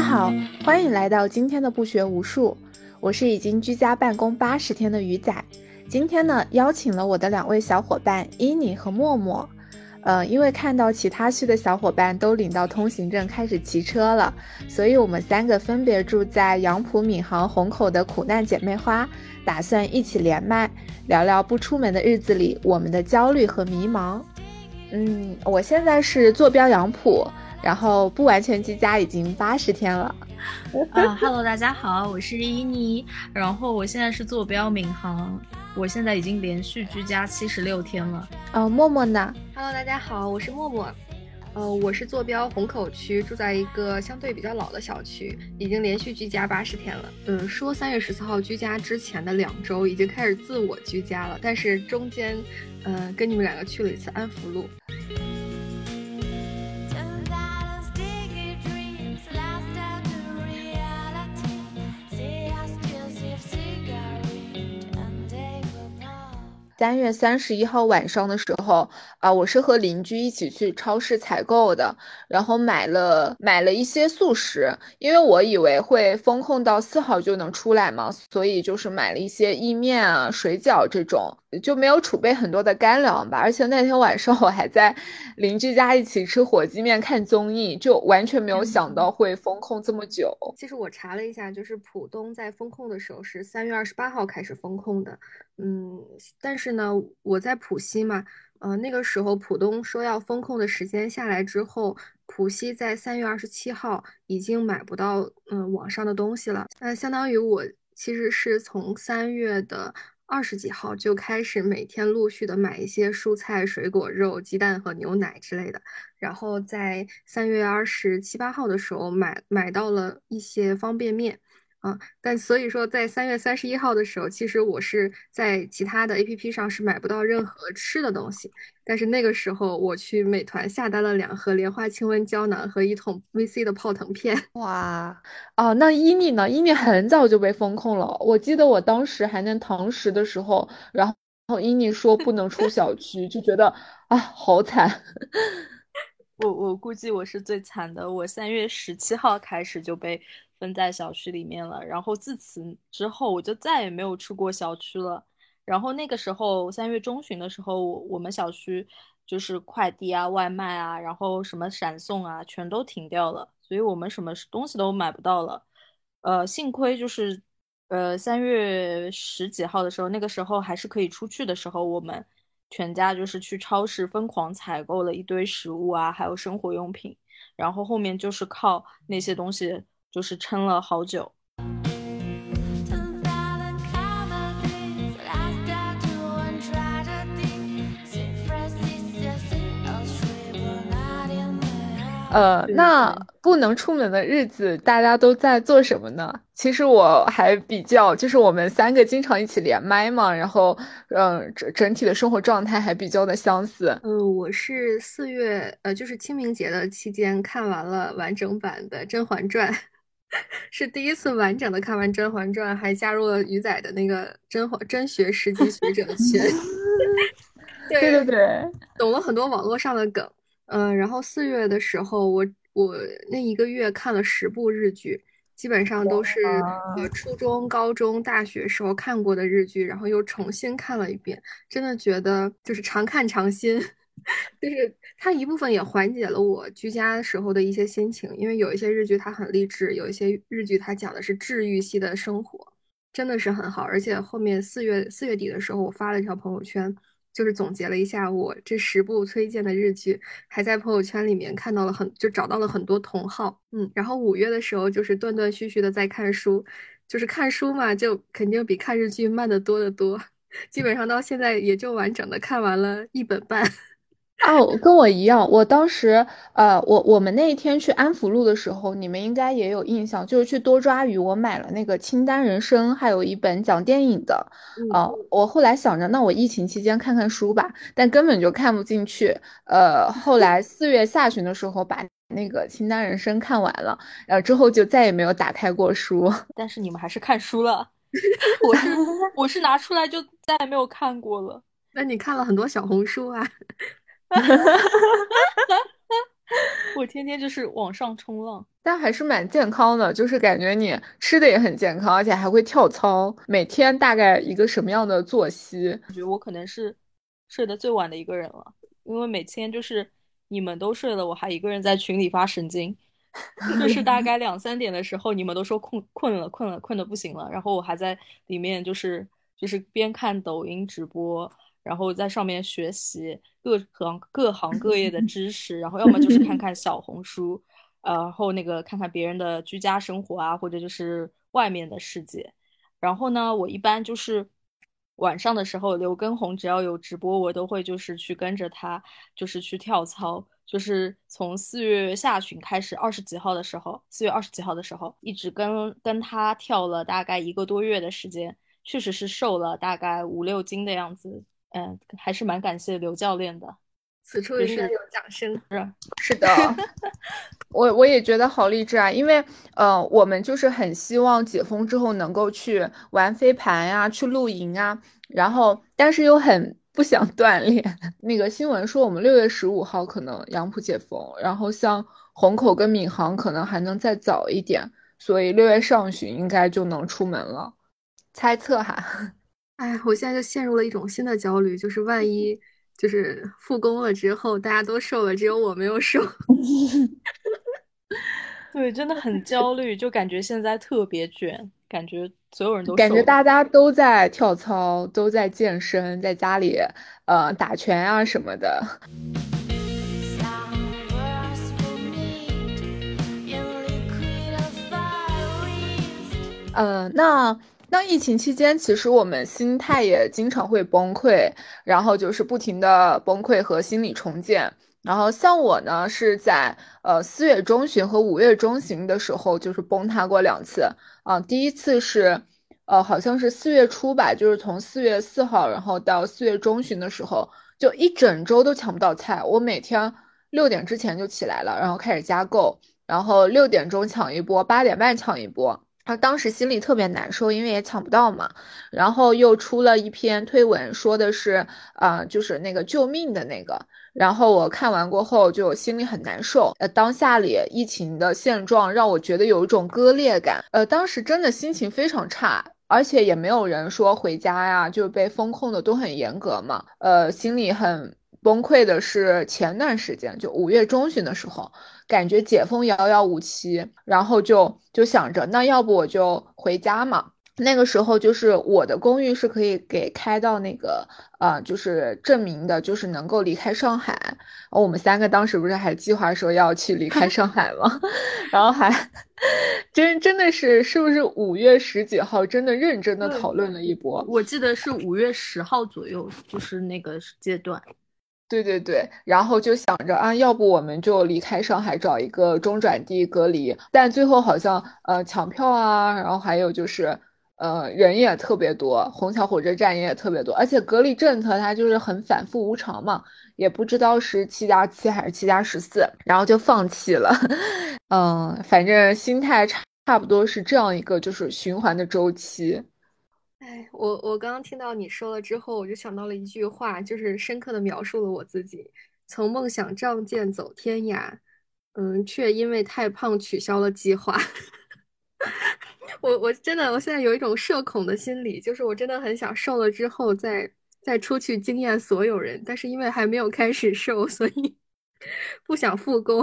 好，欢迎来到今天的不学无术。我是已经居家办公80天的鱼仔。今天呢，邀请了我的2位小伙伴伊妮和默默。因为看到其他区的小伙伴都领到通行证开始骑车了，所以我们3个分别住在杨浦闵行虹口的苦难姐妹花，打算一起连麦聊聊不出门的日子里我们的焦虑和迷茫。我现在是坐标杨浦，然后不完全居家已经80天了。 Hello， 大家好，我是伊妮，然后我现在是坐标闵行，我现在已经连续居家76天了。 默默呢 ？Hello， 大家好，我是默默。我是坐标虹口区，住在一个相对比较老的小区，已经连续居家80天了。说3月14号居家之前的2周已经开始自我居家了，但是中间，跟你们2个去了一次安福路。 3月31号晚上的时候我是和邻居一起去超市采购的，然后买了一些速食，因为我以为会封控到4号就能出来嘛，所以就是买了一些意面啊、水饺这种，就没有储备很多的干粮吧。而且那天晚上我还在邻居家一起吃火鸡面看综艺，就完全没有想到会封控这么久。 其实我查了一下，就是浦东在封控的时候是3月28号开始封控的。但是呢，我在浦西嘛，那个时候浦东说要封控的时间下来之后，浦西在3月27号已经买不到网上的东西了。相当于我其实是从3月的20几号就开始每天陆续的买一些蔬菜、水果、肉、鸡蛋和牛奶之类的，然后在3月27、8号的时候买到了一些方便面。但所以说，在3月31号的时候，其实我是在其他的 APP 上是买不到任何吃的东西。但是那个时候，我去美团下单了2盒莲花清瘟胶囊和1桶 VC 的泡腾片。 哇，那伊妮呢？伊妮很早就被封控了。我记得我当时还能堂食的时候，然后伊妮说不能出小区，就觉得好惨。 我估计我是最惨的，我3月17号开始就被分在小区里面了，然后自此之后我就再也没有出过小区了。然后那个时候3月中旬的时候，我们小区就是快递啊、外卖啊，然后什么闪送啊，全都停掉了，所以我们什么东西都买不到了。幸亏就是3月10几号的时候，那个时候还是可以出去的时候，我们全家就是去超市疯狂采购了一堆食物啊，还有生活用品，然后后面就是靠那些东西就是撑了好久。 那不能出门的日子，大家都在做什么呢？其实我还比较，就是我们3个经常一起连麦嘛，然后，整体的生活状态还比较的相似。 我是4月，就是清明节的期间看完了完整版的《甄嬛传》，是第一次完整的看完《甄嬛传》，还加入了鱼仔的那个甄学十级学者群。 对对对， 对， 懂了很多网络上的梗。然后4月的时候，我那1个月看了10部日剧，基本上都是初中、高中、大学时候看过的日剧，然后又重新看了一遍，真的觉得就是常看常新。就是它一部分也缓解了我居家时候的一些心情，因为有一些日剧它很励志，有一些日剧它讲的是治愈系的生活，真的是很好。而且后面4月底的时候，我发了一条朋友圈，就是总结了一下我这10部推荐的日剧，还在朋友圈里面看到了就找到了很多同好。然后5月的时候就是断断续续的在看书，就是看书嘛，就肯定比看日剧慢得多得多，基本上到现在也就完整的看完了1本半。 跟我一样，我当时，我们那一天去安福路的时候，你们应该也有印象，就是去多抓鱼，我买了那个清单人生，还有一本讲电影的，我后来想着，那我疫情期间看看书吧，但根本就看不进去，后来4月下旬的时候把那个清单人生看完了，然后之后就再也没有打开过书。 但是你们还是看书了，我是拿出来就再也没有看过了。 那你看了很多小红书啊？ 我天天就是网上冲浪。 但还是蛮健康的，就是感觉你吃的也很健康，而且还会跳操，每天大概一个什么样的作息？ 我觉得我可能是睡得最晚的一个人了，因为每天就是你们都睡了，我还一个人在群里发神经，就是大概2、3点的时候，你们都说困得不行了，然后我还在里面就是边看抖音直播，然后在上面学习各行各业的知识，然后要么就是看看小红书，然后那个看看别人的居家生活啊，或者就是外面的世界。然后呢，我一般就是晚上的时候，刘畊宏只要有直播，我都会就是去跟着他，就是去跳操，就是从4月下旬开始，20几号的时候，4月20几号的时候，一直跟他跳了大概1个多月的时间，确实是瘦了大概5、6斤的样子。还是蛮感谢刘教练的。 此处应该有掌声。 是的，我也觉得好励志啊，因为我们就是很希望解封之后能够去玩飞盘呀，去露营啊，然后但是又很不想锻炼。那个新闻说我们6月15号可能杨浦解封，然后像虹口跟闵行可能还能再早一点，所以6月上旬应该就能出门了，猜测哈。 哎，我现在就陷入了一种新的焦虑，就是万一就是复工了之后，大家都瘦了，只有我没有瘦。 对，真的很焦虑，就感觉现在特别卷，感觉所有人都感觉瘦了。 大家都在跳操，都在健身，在家里打拳啊什么的。那疫情期间，其实我们心态也经常会崩溃，然后就是不停的崩溃和心理重建。然后像我呢，是在4月中旬和5月中旬的时候，就是崩塌过2次。第一次是好像是4月初吧，就是从4月4号，然后到4月中旬的时候，就一整周都抢不到菜。我每天6点之前就起来了，然后开始加购，然后6点钟抢一波，8点半抢一波。当时心里特别难受，因为也抢不到嘛。然后又出了一篇推文，说的是，就是那个救命的那个。然后我看完过后，就心里很难受。当下里疫情的现状让我觉得有一种割裂感。当时真的心情非常差，而且也没有人说回家呀，就被封控的都很严格嘛。心里很崩溃的是前段时间，就5月中旬的时候。感觉解封遥遥无期，然后就想着，那要不我就回家嘛。那个时候就是我的公寓是可以给开到那个就是证明的，就是能够离开上海。我们3个当时不是还计划说要去离开上海吗？然后还真的是不是5月10几号真的认真的讨论了一波？ 我记得是5月10号左右，就是那个阶段。 对对对，然后就想着啊，要不我们就离开上海，找一个中转地隔离。但最后好像抢票啊，然后还有就是人也特别多，虹桥火车站也特别多，而且隔离政策它就是很反复无常嘛，也不知道是7+7还是7+14，然后就放弃了。反正心态差不多是这样一个就是循环的周期。 哎，我刚刚听到你说了之后，我就想到了一句话，就是深刻的描述了我自己：从梦想仗剑走天涯，却因为太胖取消了计划。我真的，我现在有一种社恐的心理，就是我真的很想瘦了之后再出去惊艳所有人，但是因为还没有开始瘦，所以不想复工，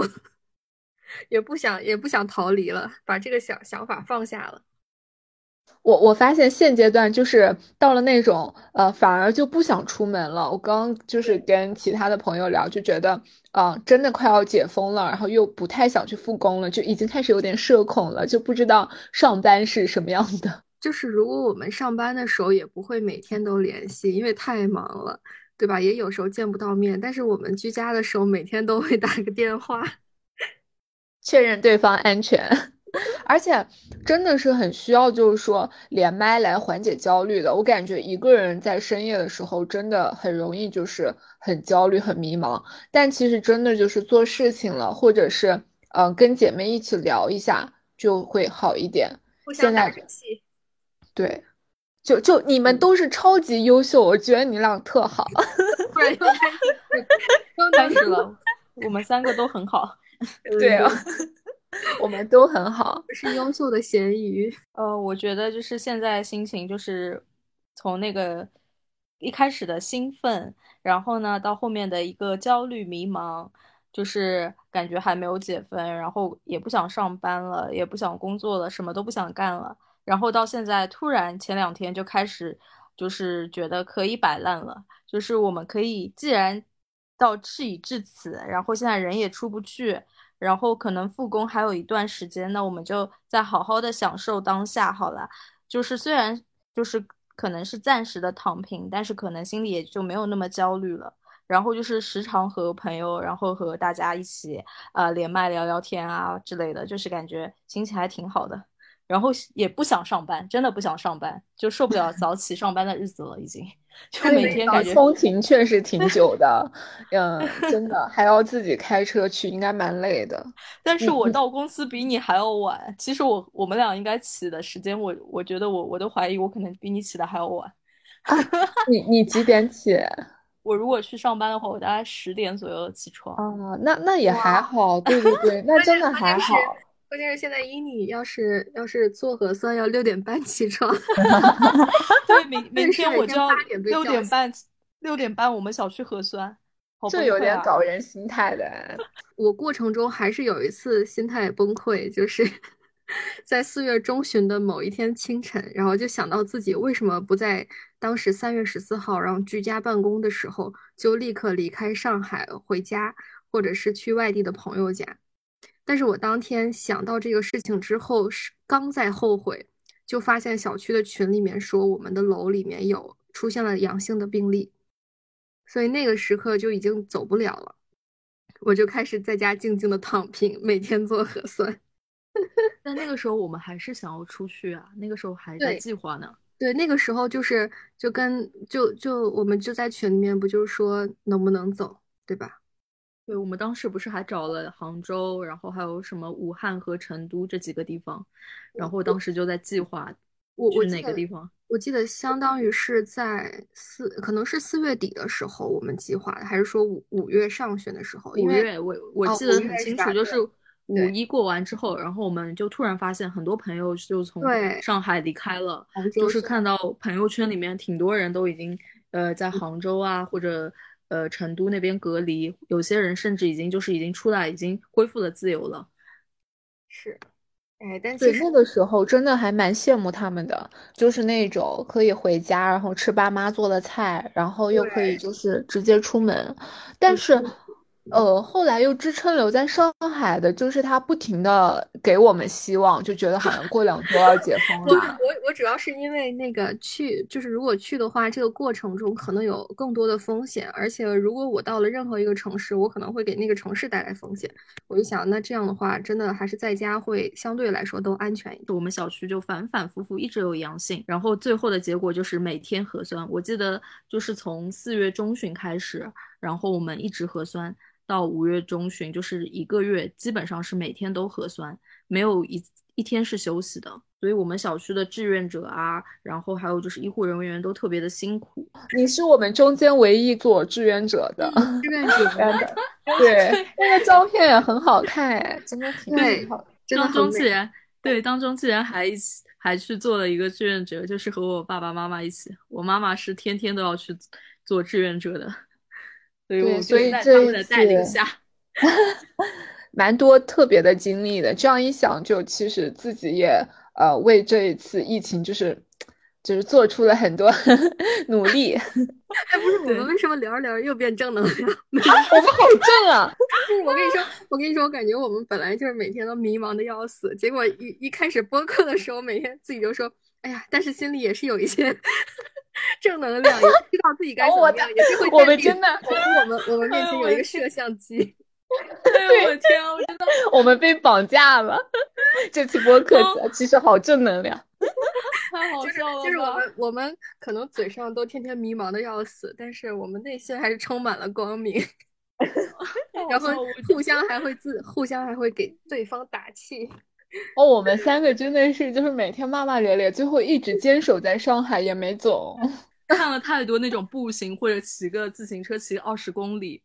也不想逃离了，把这个想法放下了。 我发现现阶段就是到了那种反而就不想出门了。我刚就是跟其他的朋友聊，就觉得真的快要解封了，然后又不太想去复工了，就已经开始有点社恐了，就不知道上班是什么样的。 就是如果我们上班的时候也不会每天都联系，因为太忙了，对吧？也有时候见不到面，但是我们居家的时候每天都会打个电话。 确认对方安全，而且真的是很需要，就是说连麦来缓解焦虑的。我感觉一个人在深夜的时候，真的很容易就是很焦虑、很迷茫。但其实真的就是做事情了，或者是跟姐妹一起聊一下，就会好一点。 互相打现在个气。 对，就你们都是超级优秀，我觉得你俩特好。 突然又开始， 开始了，我们3个都很好。 对啊。 我们都很好。 我是优秀的咸鱼。 我觉得就是现在心情就是从那个一开始的兴奋，然后呢到后面的一个焦虑迷茫，就是感觉还没有解封，然后也不想上班了，也不想工作了，什么都不想干了，然后到现在突然前2天就开始就是觉得可以摆烂了，就是我们可以既然到事已至此，然后现在人也出不去。然后可能复工还有一段时间，那我们就再好好的享受当下好了。就是虽然就是可能是暂时的躺平，但是可能心里也就没有那么焦虑了。然后就是时常和朋友，然后和大家一起连麦聊聊天啊之类的，就是感觉心情还挺好的。然后也不想上班，真的不想上班，就受不了早起上班的日子了，已经。就每天感觉通勤确实挺久的，真的还要自己开车去，应该蛮累的。 但是我你到公司比你还要晚。其实我们俩应该起的时间，我觉得我都怀疑我可能比你起的还要晚。 啊，你几点起？ 我如果去上班的话，我大概10点左右起床。 哦，那也还哇， 好，对对对，那关键真的关键是还好。 关键是现在伊你要是做核酸要6点半起床， 对，明对， 明是每天天我就要 8点被叫醒。 六点半，6点半我们小区核酸，好这有点崩溃啊！ 搞人心态的。 我过程中还是有一次心态崩溃，就是在4月中旬的某一天清晨，然后就想到自己为什么不在当时3月14号，然后居家办公的时候就立刻离开上海回家，或者是去外地的朋友家。但是我当天想到这个事情之后，是刚在后悔，就发现小区的群里面说我们的楼里面有出现了阳性的病例，所以那个时刻就已经走不了了。我就开始在家静静的躺平，每天做核酸。 但那个时候我们还是想要出去啊，那个时候还在对计划呢。 对，那个时候就是就我们就在群里面不就是说能不能走，对吧？ 对，我们当时不是还找了杭州，然后还有什么武汉和成都这几个地方，然后当时就在计划去我我记得哪个地方。 我记得相当于是在可能是4月底的时候我们计划的，还是说五月上旬的时候？因为五月，我记得五月很清楚， 是吧？对就是五对一过完之后，然后我们就突然发现很多朋友就从对， 上海离开了， 杭州是的。 就是看到朋友圈里面挺多人都已经在杭州啊或者成都那边隔离，有些人甚至已经出来，已经恢复了自由了。 是，哎，但其对， 实那个时候真的还蛮羡慕他们的，就是那种可以回家，然后吃爸妈做的菜，然后又可以对， 就是直接出门。但是， 我确后来又支撑留在上海的，就是他不停的给我们希望，就觉得好像过2周要解封我了。 我主要是因为那个去，就是如果去的话，这个过程中可能有更多的风险，而且如果我到了任何一个城市，我可能会给那个城市带来风险。我就想，那这样的话，真的还是在家会相对来说都安全一点。 我们小区就反反复复一直有阳性，然后最后的结果就是每天核酸。我记得就是从4月中旬开始，然后我们一直核酸到5月中旬，就是一个月，基本上是每天都核酸，没有一天是休息的。所以我们小区的志愿者啊，然后还有就是医护人员都特别的辛苦。 你是我们中间唯一做志愿者的， 志愿者， 真的。对，那个照片也很好看，哎，真的挺对， 好的。 真的当很美。 中竟然对，当中竟然还去做了一个志愿者，就是和我爸爸妈妈一起。我妈妈是天天都要去做志愿者的，所以对， 我就所以是在他们的这一次带领下。 蛮多特别的经历的。这样一想，就其实自己也为这一次疫情就是做出了很多努力。 哎，不是，我们对， 为什么聊着聊着又变正能量？ 我们好正啊！ 不是，我跟你说，我感觉我们本来就是每天都迷茫的要死，结果一开始播客的时候，每天自己就说，哎呀，但是心里也是有一些正能量，也不知道自己该怎么样，也是会我淡定。 们真的， 仿佛我们面哎前有一个呦我的天， 摄像机。 哎呦我的天啊，我真的我们被绑架了。这期播客哦， 其实好正能量。 太好就是笑了就是我吧！ 们我们可能嘴上都天天迷茫的要死，但是我们内心还是充满了光明，然后太好笑了， 互相还会给对方打气。 哦，我们三个真的是就是每天骂骂咧咧，最后一直坚守在上海也没走。 看了太多那种步行或者骑个自行车骑20公里，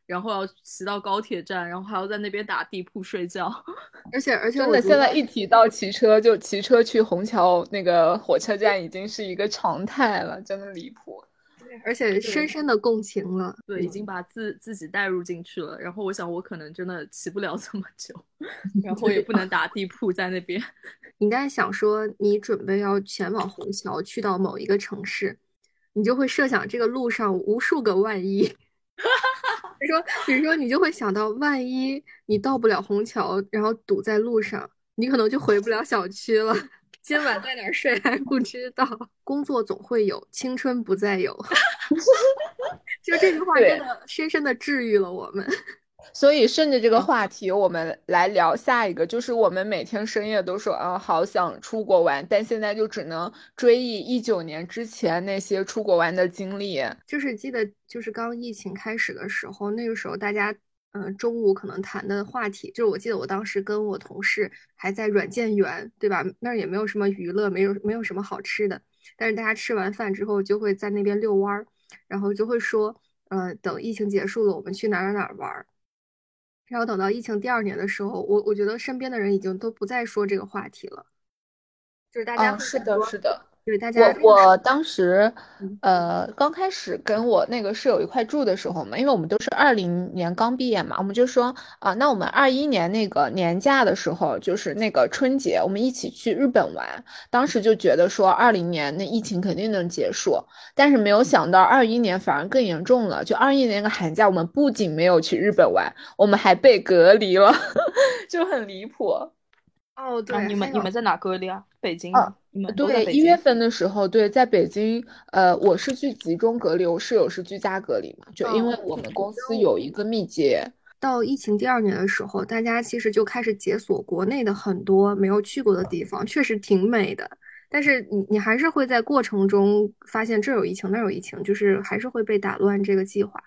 然后要骑到高铁站，然后还要在那边打地铺睡觉。 而且真的， 我觉得现在一提到骑车，就骑车去虹桥那个火车站已经是一个常态了，真的离谱。 而且深深的共情了。 对，已经把自己带入进去了。然后我想，我可能真的骑不了这么久，然后也不能打地铺在那边。 你刚才想说你准备要前往虹桥，去到某一个城市，你就会设想这个路上无数个万一。比如说，你就会想到，万一你到不了虹桥，然后堵在路上，你可能就回不了小区了。今晚在哪儿睡还不知道。工作总会有，青春不再有。就这句话真对， 的深深的治愈了我们。 所以顺着这个话题，我们来聊下一个，就是我们每天深夜都说啊，好想出国玩，但现在就只能追忆19年之前那些出国玩的经历。 就是记得，就是刚疫情开始的时候，那个时候大家，中午可能谈的话题，就是我记得我当时跟我同事还在软件园，对吧？那儿也没有什么娱乐，没有什么好吃的，但是大家吃完饭之后就会在那边遛弯儿，然后就会说，等疫情结束了，我们去哪儿玩儿。然后等到疫情第二年的时候，我觉得身边的人已经都不再说这个话题了，就是大家嗯， 会是的，是说， 的。 对大家我当时， 嗯刚开始跟我那个室友一块住的时候嘛，因为我们都是20年刚毕业嘛，我们就说啊，那我们21年那个年假的时候，就是那个春节，我们一起去日本玩。当时就觉得说20年那疫情肯定能结束，但是没有想到21年反而更严重了。就21年那个寒假，我们不仅没有去日本玩，我们还被隔离了，就很离谱。 哦， 啊， 对，还有你们在哪隔离啊？北京啊， 吗？你们都在对， 北京？ 1月份的时候，对，在北京，我是去集中隔离，我室友是居家隔离嘛，就因为我们公司有一个密接。 到疫情第二年的时候，大家其实就开始解锁国内的很多没有去过的地方，确实挺美的。但是你还是会在过程中发现这儿有疫情，那儿有疫情，就是还是会被打乱这个计划。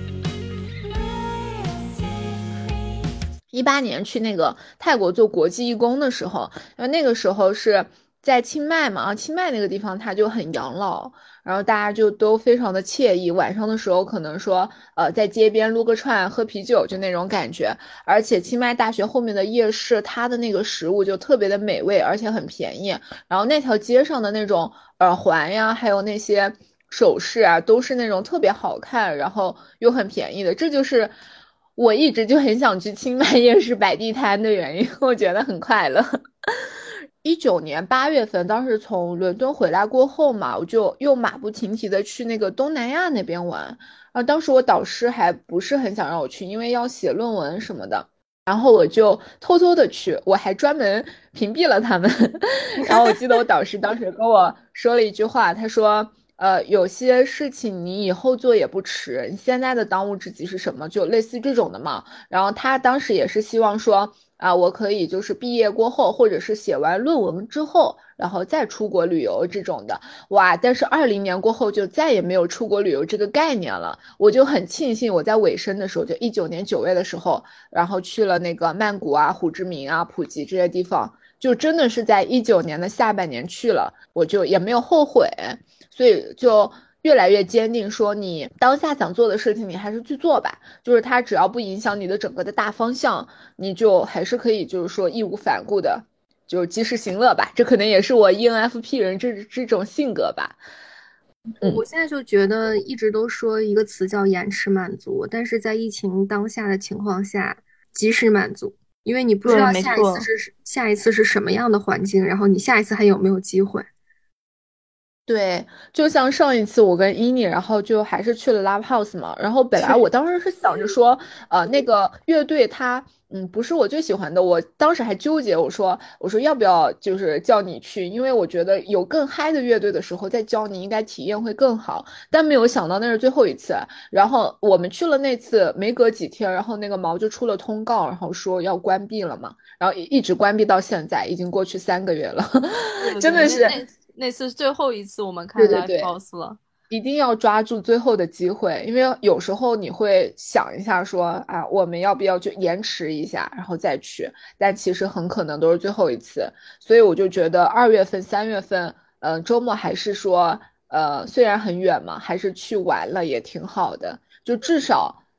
18年去那个泰国做国际义工的时候，因为那个时候是在清迈嘛，清迈那个地方它就很养老，然后大家就都非常的惬意。晚上的时候可能说，在街边撸个串、喝啤酒，就那种感觉。而且清迈大学后面的夜市，它的那个食物就特别的美味，而且很便宜。然后那条街上的那种耳环呀，还有那些首饰啊，都是那种特别好看，然后又很便宜的。这就是我一直就很想去清迈夜市摆地摊的原因，我觉得很快乐。19年8月份，当时从伦敦回来过后嘛，我就又马不停蹄的去那个东南亚那边玩。当时我导师还不是很想让我去，因为要写论文什么的。然后我就偷偷的去，我还专门屏蔽了他们。然后我记得我导师当时跟我说了一句话，他说：有些事情你以后做也不迟，你现在的当务之急是什么？就类似这种的嘛。然后他当时也是希望说，啊，我可以就是毕业过后，或者是写完论文之后，然后再出国旅游这种的。哇！但是20年过后就再也没有出国旅游这个概念了。我就很庆幸我在尾声的时候，就19年9月的时候，然后去了那个曼谷啊、胡志明啊、普吉这些地方，就真的是在19年的下半年去了，我就也没有后悔。所以就越来越坚定，说你当下想做的事情，你还是去做吧。就是它只要不影响你的整个的大方向，你就还是可以，就是说义无反顾的，就及时行乐吧。这可能也是我 ENFP 人这种性格吧。 我现在就觉得一直都说一个词叫延迟满足，但是在疫情当下的情况下，及时满足，因为你不知对， 道没错。 下一次是什么样的环境，然后你下一次还有没有机会。 对，就像上一次我跟伊妮，然后就还是去了 Live House 嘛。然后本来我当时是想着说，那个乐队它，不是我最喜欢的。我当时还纠结，我说要不要就是叫你去，因为我觉得有更嗨的乐队的时候再教你，应该体验会更好。但没有想到那是最后一次。然后我们去了那次，没隔几天，然后那个毛就出了通告，然后说要关闭了嘛。然后一直关闭到现在，已经过去3个月了， 对对对， 真的是。 那次最后一次我们看对对 live 对， house 了。 一定要抓住最后的机会，因为有时候你会想一下说，啊，我们要不要就延迟一下，然后再去？但其实很可能都是最后一次，所以我就觉得2月份、3月份，周末还是说，虽然很远嘛，还是去玩了也挺好的，就至少。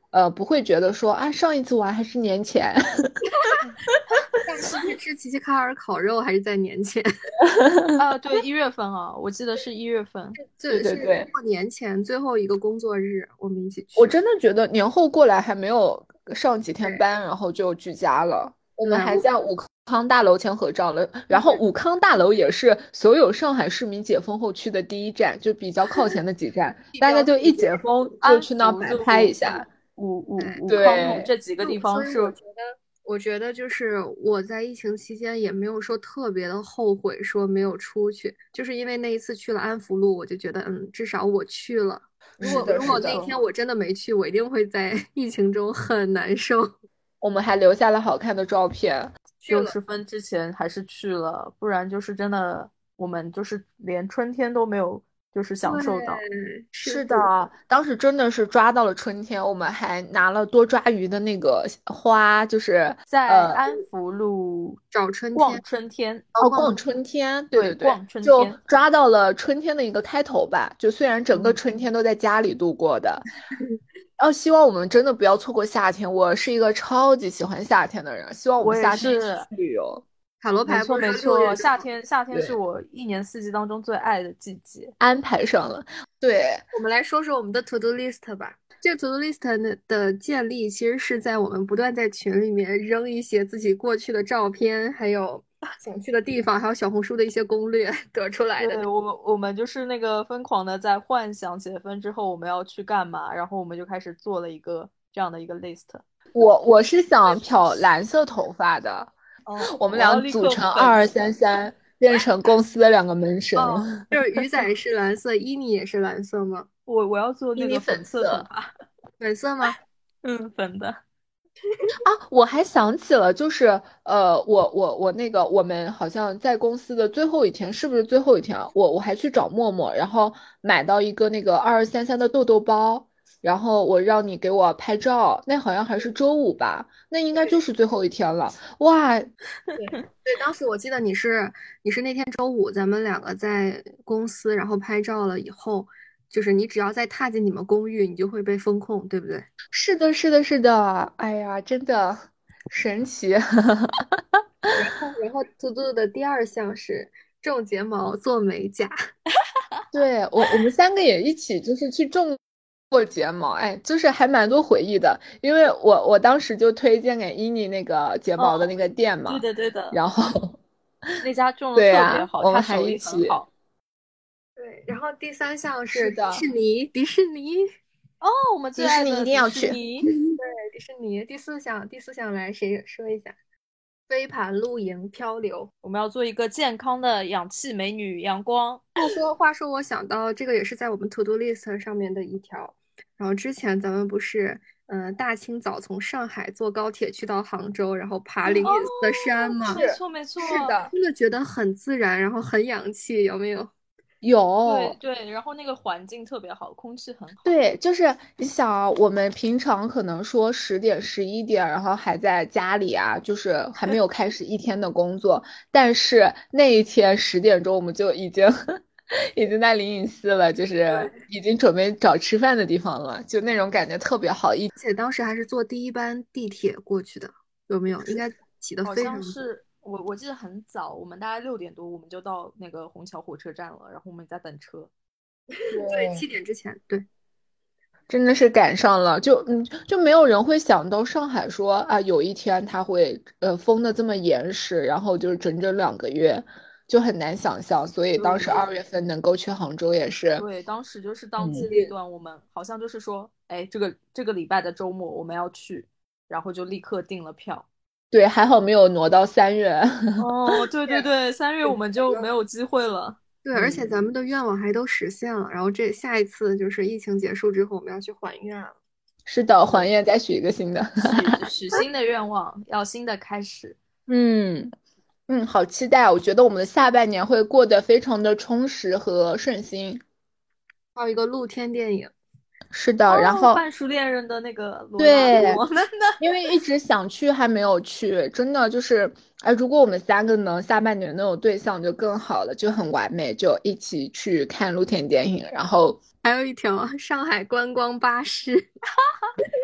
不会觉得说啊上一次玩还是年前。 下次去吃齐齐卡尔烤肉还是在年前？ 对，1月份啊，我记得是1月份。 对对对， 过年前最后一个工作日，我们一起去。 我真的觉得年后过来还没有上几天班，然后就居家了。我们还在武康大楼前合照了，然后武康大楼也是所有上海市民解封后去的第一站，就比较靠前的几站，大家就一解封就去那摆拍一下。 武对康路这几个地方是。 我觉得就是我在疫情期间也没有说特别的后悔说没有出去，就是因为那一次去了安福路，我就觉得至少我去了。如果那天我真的没去，我一定会在疫情中很难受。 我们还留下了好看的照片。 60分之前还是去了，不然就是真的，我们就是连春天都没有就是享受到。 是的，当时真的是抓到了春天，我们还拿了多抓鱼的那个花，就是在安福路找春天， 逛春天逛春天， 对， 逛春天，就抓到了春天的一个开头吧。就虽然整个春天都在家里度过的，希望我们真的不要错过夏天。我是一个超级喜欢夏天的人，希望我们夏天去旅游。 塔罗牌没错，夏天是我一年四季当中最爱的季节。 安排上了，对， 我们来说说我们的 to do list 吧。这个 to do list 的建立，其实是在我们不断在群里面扔一些自己过去的照片，还有想去的地方，还有小红书的一些攻略得出来的。 对，我们就是那个疯狂的在幻想解封之后我们要去干嘛，然后我们就开始做了一个这样的一个 list。 我是想漂蓝色头发的。我们俩组成2233，变成公司的2个门神。 就是鱼仔是蓝色，伊妮也是蓝色吗？ 我要做那个粉色头发。 粉色吗？ 粉的。 我还想起了，就是我那个我们好像在公司的最后一天，是不是最后一天啊？我还去找默默，然后买到一个那个2233的豆豆包。然后我让你给我拍照，那好像还是周五吧，那应该就是最后一天了。哇， 对，当时我记得你是那天周五，咱们2个在公司，然后拍照了以后，就是你只要再踏进你们公寓，你就会被封控，对不对？ 是的，是的，是的，哎呀，真的神奇。 然后 to do 的第2项是种睫毛、做美甲。 对，我们3个也一起就是去种过睫毛，哎，就是还蛮多回忆的。因为我当时就推荐给伊妮那个睫毛的那个店嘛， 对的。 然后那家种的特别好， 我们还一起。 对，然后第3项是迪士尼。 我们最爱的迪士尼一定要去。 对，迪士尼。第四项来谁说一下？飞盘、露营、漂流。 我们要做一个健康的氧气美女阳光。 话说我想到这个也是在我们 to do list 上面的一条。然后之前咱们不是大清早从上海坐高铁去到杭州，然后爬灵隐寺的山吗？ 没错， 是的， 真的觉得很自然，然后很洋气，有没有？ 有， 对，然后那个环境特别好，空气很好。 对，就是你想啊，我们平常可能说10点、11点，然后还在家里啊，就是还没有开始一天的工作，但是那一天10点钟我们就已经在灵隐寺了，就是已经准备找吃饭的地方了，就那种感觉特别好。 而且当时还是坐第1班地铁过去的，有没有？应该起得非常好像是。我记得很早，我们大概6点多我们就到那个虹桥火车站了，然后我们在等车。 对，7点之前，对， 真的是赶上了，就没有人会想到上海说啊，有一天它会封的这么严实，然后就是整整2个月，就很难想象。所以当时2月份能够去杭州也是。 对，当时就是当机立断，我们好像就是说，哎，这个礼拜的周末我们要去，然后就立刻订了票。 对，还好没有挪到3月。 对，3月我们就没有机会了。 对，而且咱们的愿望还都实现了，然后下一次就是疫情结束之后，我们要去还愿了。 是的，还愿再许一个新的， 许新的愿望，要新的开始。 好期待！我觉得我们的下半年会过得非常的充实和顺心。 还有一个露天电影。 是的，然后半熟恋人的那个对，因为一直想去还没有去，真的就是，如果我们3个能下半年能有对象就更好了，就很完美，就一起去看露天电影。然后还有一条上海观光巴士，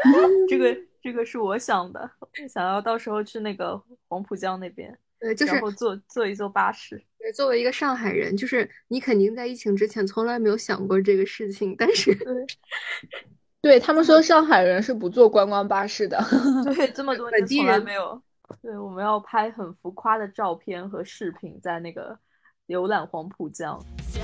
这个是我想的，我想要到时候去那个黄浦江那边， 对，就是然后坐一坐巴士。 作为一个上海人，就是你肯定在疫情之前从来没有想过这个事情，但是对对，他们说上海人是不坐观光巴士的。 对，这么多年从来本地人没有。对，我们要拍很浮夸的照片和视频，在那个游览黄浦江。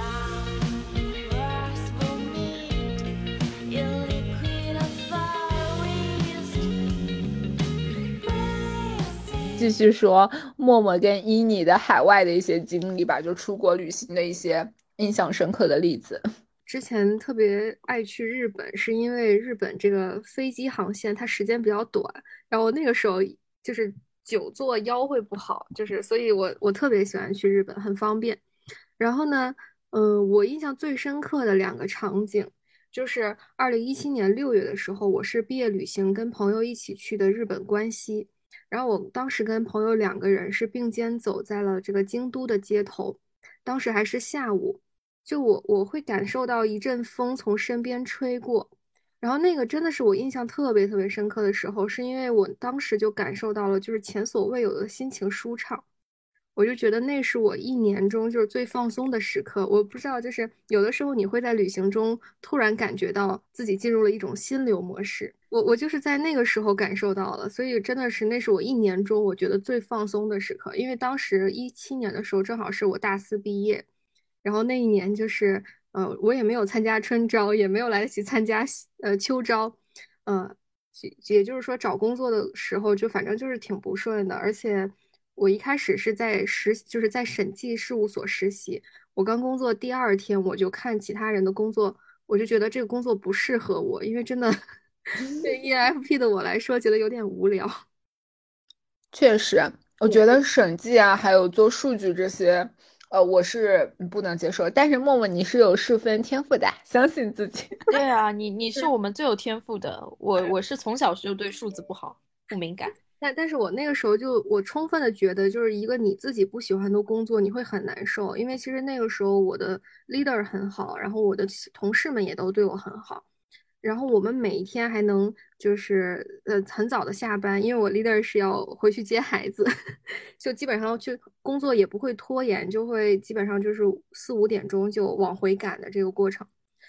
继续说默默跟依妮的海外的一些经历吧，就出国旅行的一些印象深刻的例子。 之前特别爱去日本，是因为日本这个飞机航线它时间比较短，然后那个时候就是久坐腰会不好，就是所以我特别喜欢去日本，很方便。然后呢，我印象最深刻的两个场景，就是2017年6月的时候，我是毕业旅行跟朋友一起去的日本关西，然后我当时跟朋友2个人是并肩走在了这个京都的街头，当时还是下午。就我会感受到一阵风从身边吹过，然后那个真的是我印象特别特别深刻的时候，是因为我当时就感受到了就是前所未有的心情舒畅，我就觉得那是我一年中就是最放松的时刻。我不知道，就是有的时候你会在旅行中突然感觉到自己进入了一种心流模式，我就是在那个时候感受到了，所以真的是那是我一年中我觉得最放松的时刻，因为当时17年的时候正好是我大四毕业。然后那一年就是，我也没有参加春招，也没有来得及参加秋招，呃，也就是说找工作的时候就反正就是挺不顺的，而且我一开始是在就是在审计事务所实习，我刚工作第二天我就看其他人的工作，我就觉得这个工作不适合我，因为真的对 ENFP 的我来说觉得有点无聊。 确实，我觉对， 得审计啊，还有做数据这些，我是不能接受。但是默默你是有十分天赋的，相信自己。 对啊，你是我们最有天赋的，我是从小就对数字不好，不敏感。 但是我那个时候就我充分的觉得，就是一个你自己不喜欢的工作，你会很难受。因为其实那个时候我的 leader 很好，然后我的同事们也都对我很好，然后我们每一天还能就是很早的下班，因为我 leader 是要回去接孩子，就基本上去工作也不会拖延，就会基本上就是4、5点钟就往回赶的这个过程。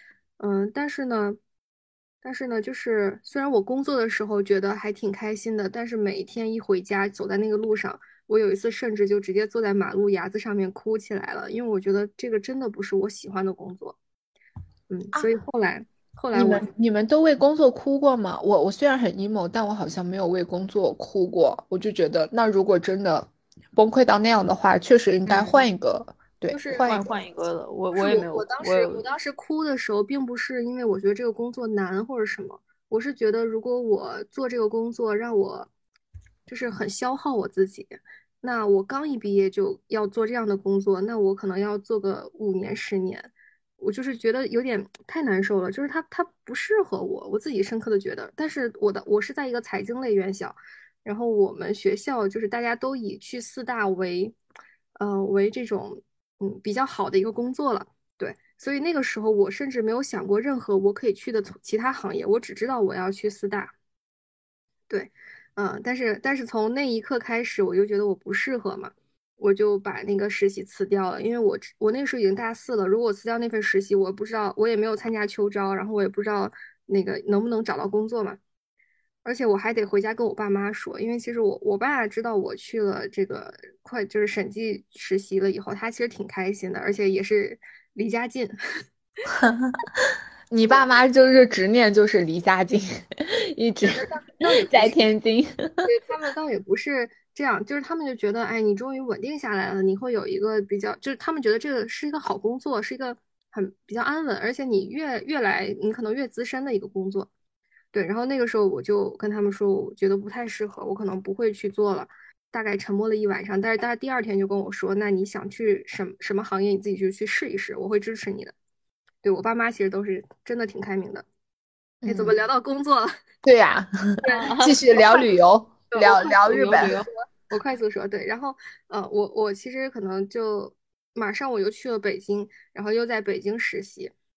但是呢，就是虽然我工作的时候觉得还挺开心的，但是每一天一回家，走在那个路上，我有一次甚至就直接坐在马路牙子上面哭起来了，因为我觉得这个真的不是我喜欢的工作。所以后来我你们都为工作哭过吗？我虽然很 emo，但我好像没有为工作哭过。我就觉得，那如果真的崩溃到那样的话，确实应该换一个，对， 就是换换一个。 换一个了，我就是我也没有， 我当我有时我当时哭的时候，并不是因为我觉得这个工作难或者什么，我是觉得如果我做这个工作让我就是很消耗我自己，那我刚一毕业就要做这样的工作，那我可能要做个5年10年，我就是觉得有点太难受了，就是它不适合我，我自己深刻的觉得。但是我是在一个财经类院校，然后我们学校就是大家都以去四大为这种比较好的一个工作了，对，所以那个时候我甚至没有想过任何我可以去的其他行业，我只知道我要去四大，对，但是从那一刻开始，我就觉得我不适合嘛，我就把那个实习辞掉了，因为我那个时候已经大四了，如果我辞掉那份实习，我不知道我也没有参加秋招，然后我也不知道那个能不能找到工作嘛。而且我还得回家跟我爸妈说，因为其实我爸知道我去了这个就是审计实习了以后，他其实挺开心的，而且也是离家近。 你爸妈就是执念就是离家近，一直倒也不在是， 天津。 对他们倒也不是这样，就是他们就觉得，哎，你终于稳定下来了，你会有一个比较，就是他们觉得这个是一个好工作，是一个很比较安稳，而且你越来你可能越资深的一个工作。对，然后那个时候我就跟他们说，我觉得不太适合，我可能不会去做了。大概沉默了一晚上，但是他第二天就跟我说，那你想去什么行业，你自己就去试一试，我会支持你的。对，我爸妈其实都是真的挺开明的。哎，怎么嗯， 聊到工作了？ 对呀，继续聊旅游，聊我快聊日本。 旅游旅游。 我快速说，对，然后我其实可能就马上我又去了北京，然后又在北京实习，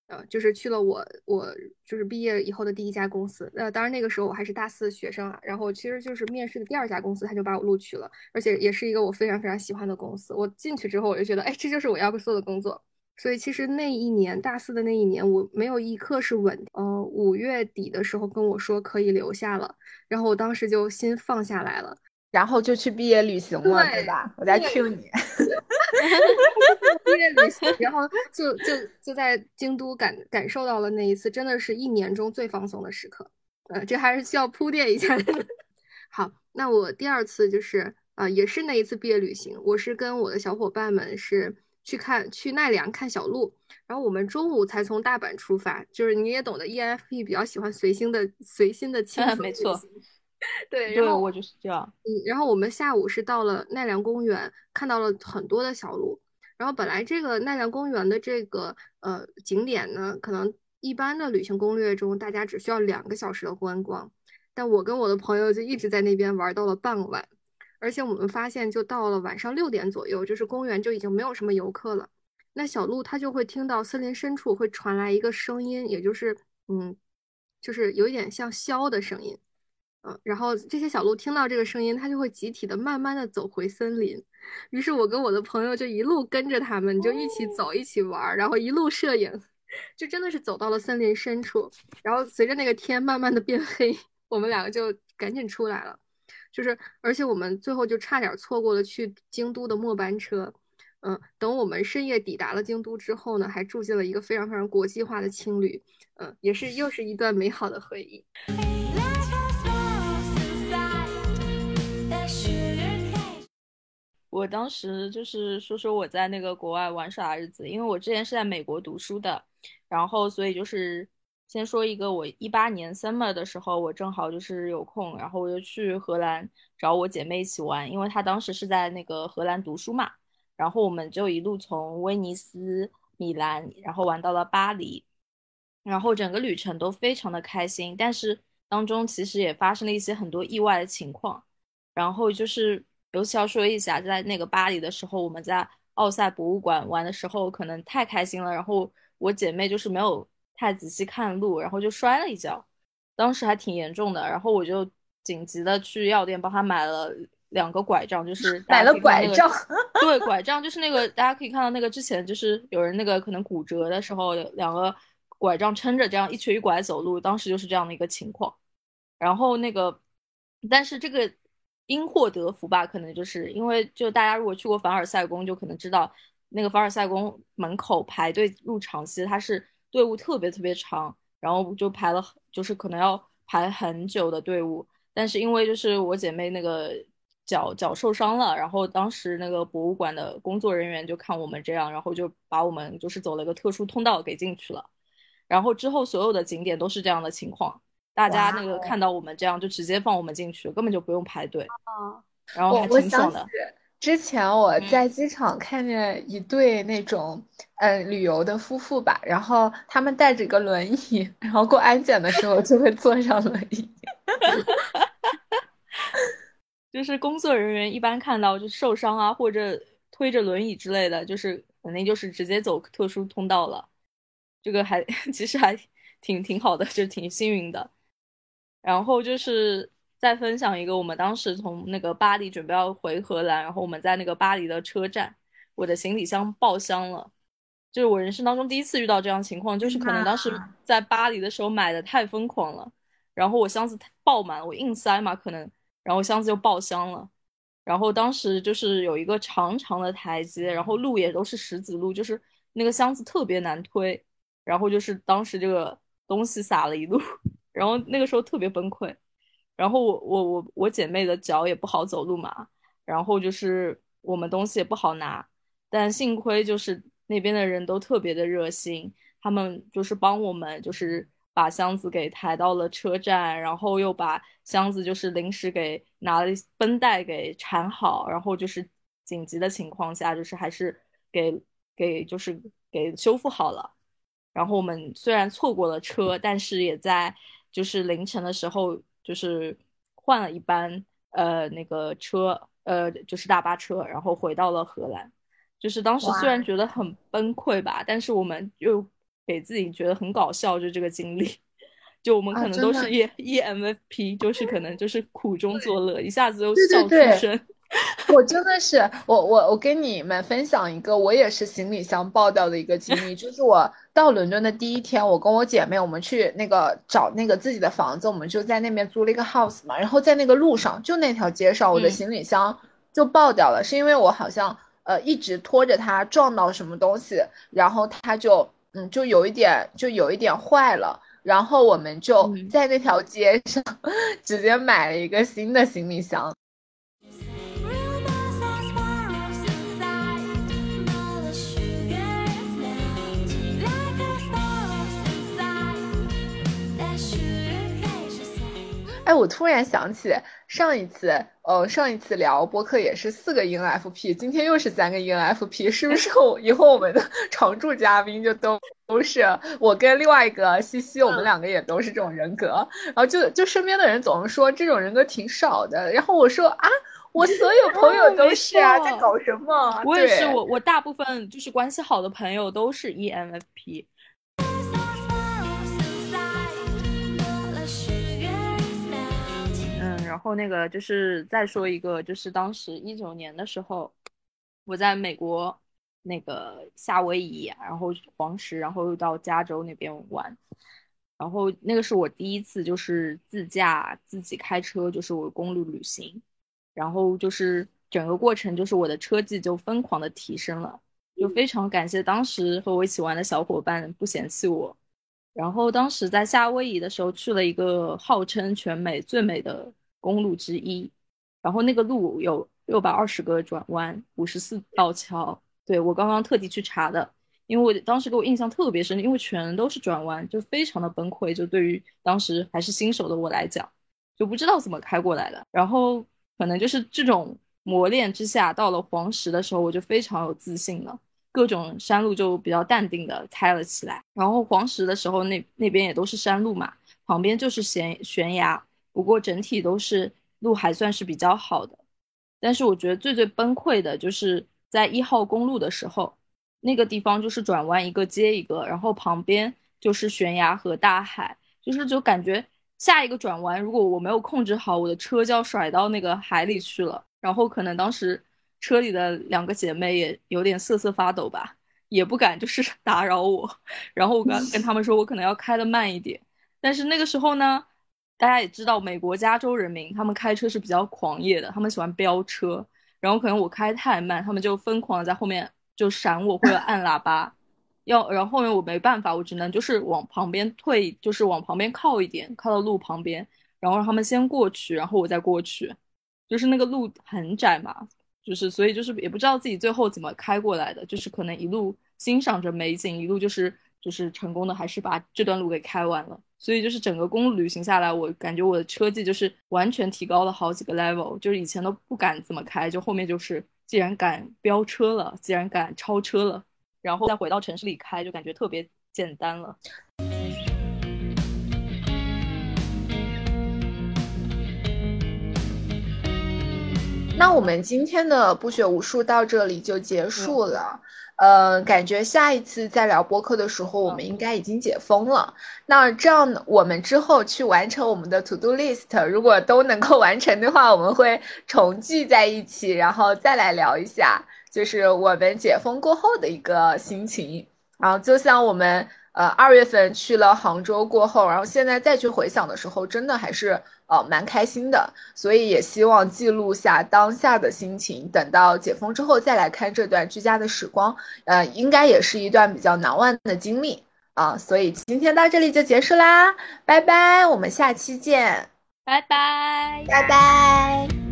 就是去了我就是毕业以后的第一家公司。当然那个时候我还是大四学生啊，然后其实就是面试的第二家公司，他就把我录取了，而且也是一个我非常非常喜欢的公司。我进去之后，我就觉得，哎，这就是我要做的工作。所以其实那一年大四的那一年，我没有一刻是稳。5月底的时候跟我说可以留下了，然后我当时就心放下来了。 然后就去毕业旅行了，对对吧？我在 cue 你。 毕业旅行，然后就在京都感受到了那一次，真的是一年中最放松的时刻。这还是需要铺垫一下的。好，那我第二次就是也是那一次毕业旅行，我是跟我的小伙伴们是去奈良看小鹿，然后我们中午才从大阪出发，就是你也懂得，ENFP 比较喜欢随心的轻松没错， 旅行。对，然后对我就是这样。 然后我们下午是到了奈良公园，看到了很多的小鹿。然后本来这个奈良公园的这个景点呢，可能一般的旅行攻略中，大家只需要2个小时的观光，但我跟我的朋友就一直在那边玩到了傍晚，而且我们发现，就到了晚上6点左右，就是公园就已经没有什么游客了。那小鹿它就会听到森林深处会传来一个声音，也就是就是有一点像箫的声音。然后这些小鹿听到这个声音，它就会集体的慢慢的走回森林。于是我跟我的朋友就一路跟着他们，就一起走，一起玩，然后一路摄影，就真的是走到了森林深处。然后随着那个天慢慢的变黑，我们两个就赶紧出来了。而且我们最后就差点错过了去京都的末班车。等我们深夜抵达了京都之后呢，还住进了一个非常非常国际化的青旅。又是一段美好的回忆。 我当时就是说我在那个国外玩耍的日子，因为我之前是在美国读书的，然后所以就是先说一个，我18年 summer 的时候，我正好就是有空，然后我就去荷兰找我姐妹一起玩，因为她当时是在那个荷兰读书嘛，然后我们就一路从威尼斯、米兰，然后玩到了巴黎，然后整个旅程都非常的开心，但是当中其实也发生了一些很多意外的情况。然后就是尤其要说一下，在那个巴黎的时候，我们在奥赛博物馆玩的时候，可能太开心了，然后我姐妹就是没有太仔细看路，然后就摔了一跤，当时还挺严重的。然后我就紧急的去药店帮她买了2个拐杖，就是买了大家可以看到那个， 拐杖。 对，拐杖就是那个大家可以看到那个之前就是有人那个可能骨折的时候，有2个拐杖撑着这样一瘸一拐走路，当时就是这样的一个情况。然后那个，但是这个因祸得福吧，可能就是因为就大家如果去过凡尔赛宫，就可能知道那个凡尔赛宫门口排队入场，其实它是队伍特别特别长，然后就排了，就是可能要排很久的队伍。但是因为就是我姐妹那个脚受伤了，然后当时那个博物馆的工作人员就看我们这样，然后就把我们就是走了一个特殊通道给进去了。然后之后所有的景点都是这样的情况，大家哇那个看到我们这样就直接放我们进去，根本就不用排队， 哦， 然后还我想起挺爽的。 之前我嗯， 在机场看见一对那种旅游的夫妇吧，然后他们带着个轮椅，然后过安检的时候就会坐上轮椅。 就是工作人员一般看到就受伤啊或者推着轮椅之类的，就是肯定就是直接走特殊通道了。这个还其实还挺好的，就挺幸运的。然后就是再分享一个，我们当时从那个巴黎准备要回荷兰，然后我们在那个巴黎的车站，我的行李箱爆箱了，就是我人生当中第一次遇到这样的情况，就是天呐， 可能当时在巴黎的时候买的太疯狂了，然后我箱子爆满，我硬塞嘛可能，然后箱子就爆箱了。然后当时就是有一个长长的台阶，然后路也都是石子路，就是那个箱子特别难推，然后就是当时这个东西撒了一路，然后那个时候特别崩溃，然后我姐妹的脚也不好走路嘛，然后就是我们东西也不好拿，但幸亏就是那边的人都特别的热心，他们就是帮我们就是把箱子给抬到了车站，然后又把箱子就是临时给拿了绷带给缠好，然后就是紧急的情况下就是还是给就是给修复好了。然后我们虽然错过了车，但是也在就是凌晨的时候，就是换了一班那个车，就是大巴车，然后回到了荷兰。就是当时虽然哇， 觉得很崩溃吧，但是我们又给自己觉得很搞笑，就这个经历。就我们可能都是 EMFP，就是可能就是苦中作乐，一下子就笑出声。 我真的是，我跟你们分享一个，我也是行李箱爆掉的一个经历，就是我到伦敦的第一天，我跟我姐妹我们去那个找那个自己的房子，我们就在那边租了一个 house 嘛，然后在那个路上，就那条街上，我的行李箱就爆掉了，是因为我好像一直拖着它撞到什么东西，然后它就就有一点坏了。然后我们就在那条街上直接买了一个新的行李箱。哎，我突然想起上一次聊播客也是4个 ENFP，今天又是3个 ENFP，是不是以后我们的常驻嘉宾就都是我跟另外一个西西，我们2个也都是这种人格，然后就身边的人总是说这种人格挺少的，然后我说啊，我所有朋友都是啊，在搞什么？ 我也是，我大部分就是关系好的朋友都是 ENFP。然后那个就是再说一个，就是当时19年的时候，我在美国那个夏威夷，然后黄石，然后又到加州那边玩，然后那个是我第一次就是自驾自己开车，就是我公路旅行，然后就是整个过程就是我的车技就疯狂的提升了，就非常感谢当时和我一起玩的小伙伴不嫌弃我。然后当时在夏威夷的时候去了一个号称全美最美的公路之一，然后那个路有620个转弯，54道桥。对，我刚刚特地去查的，因为我当时给我印象特别深，因为全都是转弯，就非常的崩溃。就对于当时还是新手的我来讲，就不知道怎么开过来的。然后可能就是这种磨练之下，到了黄石的时候，我就非常有自信了。各种山路就比较淡定的开了起来，然后黄石的时候那边也都是山路嘛，旁边就是悬崖，不过整体都是路还算是比较好的。但是我觉得最崩溃的就是在1号公路的时候，那个地方就是转弯一个接一个，然后旁边就是悬崖和大海，就感觉下一个转弯如果我没有控制好，我的车就要甩到那个海里去了。然后可能当时车里的2个姐妹也有点瑟瑟发抖吧，也不敢就是打扰我，然后我跟他们说我可能要开得慢一点。但是那个时候呢，大家也知道美国加州人民他们开车是比较狂野的，他们喜欢飙车，然后可能我开太慢，他们就疯狂的在后面就闪我或者按喇叭，然后后面我没办法，我只能就是往旁边退，就是往旁边靠一点，靠到路旁边，然后让他们先过去，然后我再过去，就是那个路很窄嘛，就是所以就是也不知道自己最后怎么开过来的，就是可能一路欣赏着美景，一路就是成功的还是把这段路给开完了。所以就是整个公路旅行下来，我感觉我的车技就是完全提高了好几个 level， 就是以前都不敢怎么开，就后面就是既然敢飙车了，既然敢超车了，然后再回到城市里开，就感觉特别简单了。 那我们今天的不学无术到这里就结束了。感觉下一次再聊播客的时候，我们应该已经解封了。那这样我们之后去完成我们的 to do list， 如果都能够完成的话，我们会重聚在一起，然后再来聊一下，就是我们解封过后的一个心情。然后就像我们2月份去了杭州过后，然后现在再去回想的时候，真的还是蛮开心的，所以也希望记录下当下的心情，等到解封之后再来看这段居家的时光，应该也是一段比较难忘的经历啊。所以今天到这里就结束啦，拜拜，我们下期见， 拜拜， 拜拜。